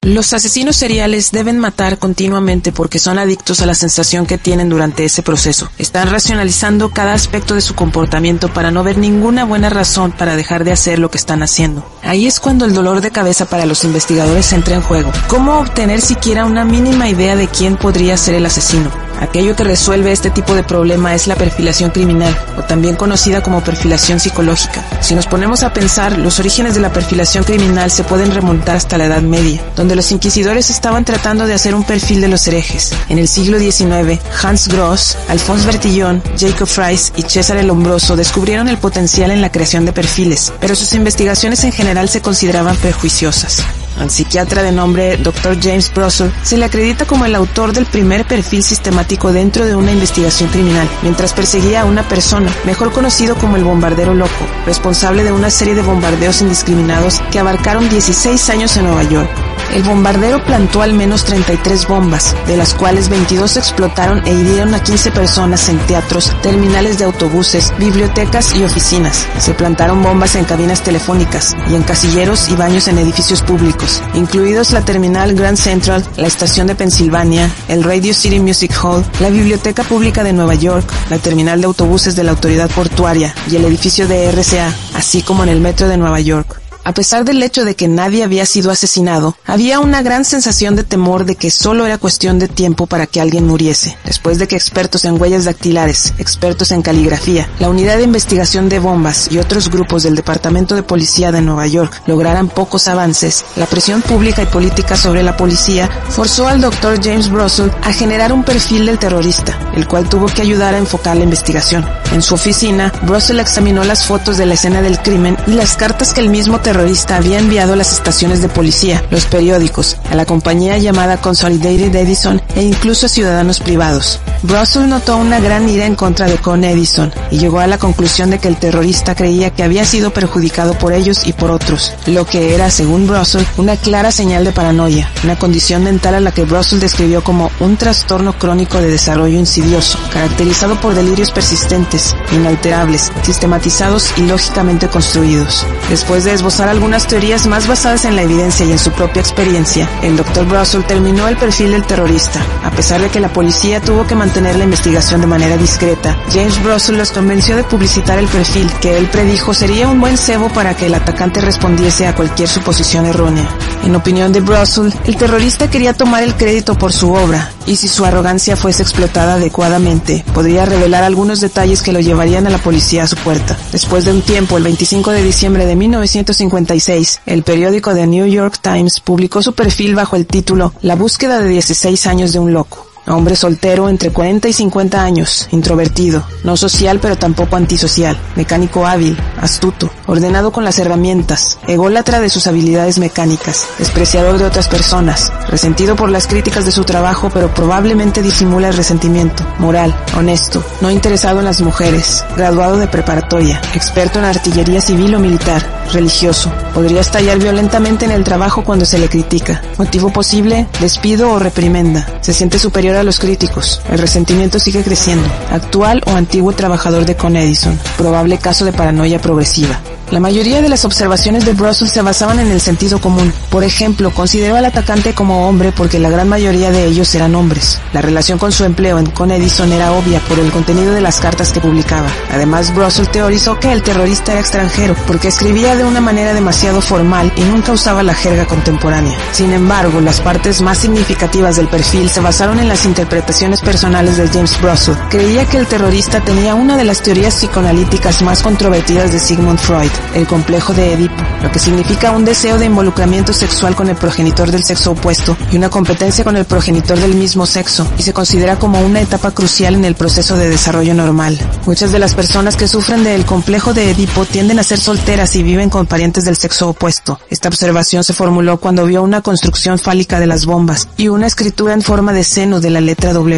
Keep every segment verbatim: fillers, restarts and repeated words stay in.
Los asesinos seriales deben matar continuamente porque son adictos a la sensación que tienen durante ese proceso. Están racionalizando cada aspecto de su comportamiento para no ver ninguna buena razón para dejar de hacer lo que están haciendo. Ahí es cuando el dolor de cabeza para los investigadores entra en juego. ¿Cómo obtener siquiera una mínima idea de quién podría ser el asesino? Aquello que resuelve este tipo de problema es la perfilación criminal, o también conocida como perfilación psicológica. Si nos ponemos a pensar, los orígenes de la perfilación criminal se pueden remontar hasta la Edad Media, donde los inquisidores estaban tratando de hacer un perfil de los herejes. En el siglo diecinueve, Hans Gross, Alphonse Bertillon, Jacob Fries y César el Hombroso descubrieron el potencial en la creación de perfiles, pero sus investigaciones en general se consideraban prejuiciosas. Al psiquiatra de nombre doctor James Brussel se le acredita como el autor del primer perfil sistemático dentro de una investigación criminal, mientras perseguía a una persona, mejor conocido como el bombardero loco, responsable de una serie de bombardeos indiscriminados que abarcaron dieciséis años en Nueva York. El bombardero plantó al menos treinta y tres bombas, de las cuales veintidós explotaron e hirieron a quince personas en teatros, terminales de autobuses, bibliotecas y oficinas. Se plantaron bombas en cabinas telefónicas y en casilleros y baños en edificios públicos, incluidos la terminal Grand Central, la estación de Pensilvania, el Radio City Music Hall, la Biblioteca Pública de Nueva York, la terminal de autobuses de la Autoridad Portuaria y el edificio de R C A, así como en el metro de Nueva York. A pesar del hecho de que nadie había sido asesinado, había una gran sensación de temor de que solo era cuestión de tiempo para que alguien muriese. Después de que expertos en huellas dactilares, expertos en caligrafía, la unidad de investigación de bombas y otros grupos del Departamento de Policía de Nueva York lograran pocos avances, la presión pública y política sobre la policía forzó al doctor James Brussel a generar un perfil del terrorista, el cual tuvo que ayudar a enfocar la investigación. En su oficina, Brussel examinó las fotos de la escena del crimen y las cartas que el mismo terrorista había enviado a las estaciones de policía, los periódicos, a la compañía llamada Consolidated Edison e incluso a ciudadanos privados. Brussel notó una gran ira en contra de Con Edison y llegó a la conclusión de que el terrorista creía que había sido perjudicado por ellos y por otros, lo que era, según Brussel, una clara señal de paranoia, una condición mental a la que Brussel describió como un trastorno crónico de desarrollo insidioso, caracterizado por delirios persistentes, inalterables, sistematizados y lógicamente construidos. Después de esbozar algunas teorías más basadas en la evidencia y en su propia experiencia, el doctor Brussel terminó el perfil del terrorista. A pesar de que la policía tuvo que mantener la investigación de manera discreta, James Brussel los convenció de publicitar el perfil, que él predijo sería un buen cebo para que el atacante respondiese a cualquier suposición errónea. En opinión de Brussel, el terrorista quería tomar el crédito por su obra, y si su arrogancia fuese explotada adecuadamente, podría revelar algunos detalles que lo llevarían a la policía a su puerta. Después de un tiempo, el veinticinco de diciembre de mil novecientos cincuenta y seis, el periódico The New York Times publicó su perfil bajo el título La búsqueda de dieciséis años de un loco. Hombre soltero entre cuarenta y cincuenta años, introvertido, no social pero tampoco antisocial, mecánico hábil, astuto, ordenado con las herramientas, ególatra de sus habilidades mecánicas, despreciador de otras personas, resentido por las críticas de su trabajo pero probablemente disimula el resentimiento, moral, honesto, no interesado en las mujeres, graduado de preparatoria, experto en artillería civil o militar, religioso, podría estallar violentamente en el trabajo cuando se le critica, motivo posible, despido o reprimenda, se siente superior a los críticos, el resentimiento sigue creciendo, actual o antiguo trabajador de Con Edison, probable caso de paranoia progresiva. La mayoría de las observaciones de Brussel se basaban en el sentido común. Por ejemplo, consideró al atacante como hombre porque la gran mayoría de ellos eran hombres. La relación con su empleo en Con Edison era obvia por el contenido de las cartas que publicaba. Además, Brussel teorizó que el terrorista era extranjero porque escribía de una manera demasiado formal y nunca usaba la jerga contemporánea. Sin embargo, las partes más significativas del perfil se basaron en las interpretaciones personales de James Brussel. Creía que el terrorista tenía una de las teorías psicoanalíticas más controvertidas de Sigmund Freud, el complejo de Edipo, lo que significa un deseo de involucramiento sexual con el progenitor del sexo opuesto y una competencia con el progenitor del mismo sexo, y se considera como una etapa crucial en el proceso de desarrollo normal. Muchas de las personas que sufren del complejo de Edipo tienden a ser solteras y viven con parientes del sexo opuesto. Esta observación se formuló cuando vio una construcción fálica de las bombas y una escritura en forma de seno de la letra W.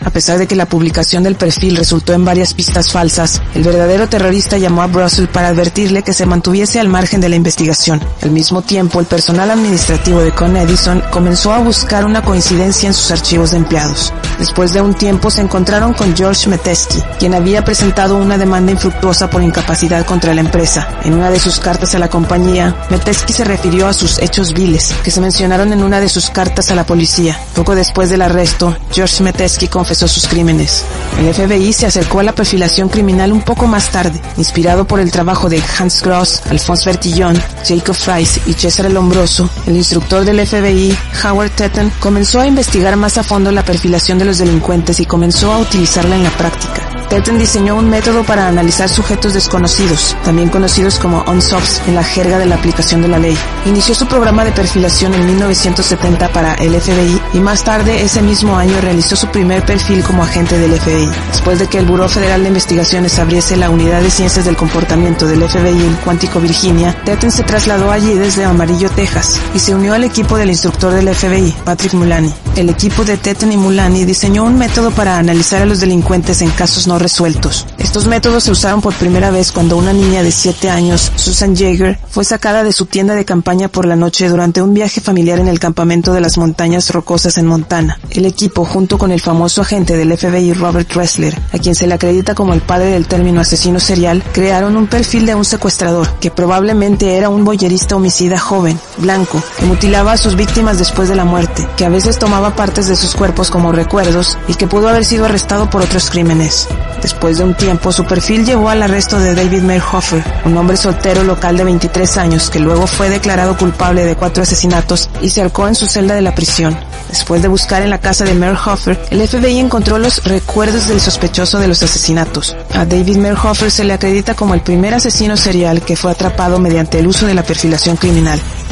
A pesar de que la publicación del perfil resultó en varias pistas falsas, el verdadero terrorista llamó a Russell para advertirle que se mantuviese al margen de la investigación. Al mismo tiempo, el personal administrativo de Con Edison comenzó a buscar una coincidencia en sus archivos de empleados. Después de un tiempo se encontraron con George Metesky, quien había presentado una demanda infructuosa por incapacidad contra la empresa. En una de sus cartas a la compañía, Metesky se refirió a sus hechos viles, que se mencionaron en una de sus cartas a la policía. Poco después del arresto, George Metesky confesó sus crímenes. El F B I se acercó a la perfilación criminal un poco más tarde, inspirado por el trabajo de Hans Gross, Alphonse Bertillon, Jacob Fries y Cesare Lombroso. El instructor del F B I, Howard Tetten, comenzó a investigar más a fondo la perfilación de los delincuentes y comenzó a utilizarla en la práctica. Tetten diseñó un método para analizar sujetos desconocidos, también conocidos como unsubs en la jerga de la aplicación de la ley. Inició su programa de perfilación en mil novecientos setenta para el F B I y más tarde ese mismo año realizó su primer perfil como agente del F B I. Después de que el Buró Federal de Investigaciones abriese la Unidad de Ciencias del Comportamiento del F B I en Quantico, Virginia, Tetten se trasladó allí desde Amarillo, Texas, y se unió al equipo del instructor del F B I, Patrick Mullaney. El equipo de Tetten y Mullaney diseñó un método para analizar a los delincuentes en casos no resueltos. Estos métodos se usaron por primera vez cuando una niña de siete años, Susan Jaeger, fue sacada de su tienda de campaña por la noche durante un viaje familiar en el campamento de las Montañas Rocosas en Montana. El equipo, junto con el famoso agente del F B I Robert Ressler, a quien se le acredita como el padre del término asesino serial, crearon un perfil de un secuestrador, que probablemente era un voyerista homicida joven, blanco, que mutilaba a sus víctimas después de la muerte, que a veces tomaba partes de sus cuerpos como recuerdos y que pudo haber sido arrestado por otros crímenes. Después de un tiempo, su perfil llevó al arresto de David Meyerhofer, un hombre soltero local de veintitrés años que luego fue declarado culpable de cuatro asesinatos y se ahorcó en su celda de la prisión. Después de buscar en la casa de Meyerhofer, el F B I encontró los recuerdos del sospechoso de los asesinatos. A David Meyerhofer se le acredita como el primer asesino serial que fue atrapado mediante el uso de la perfilación criminal.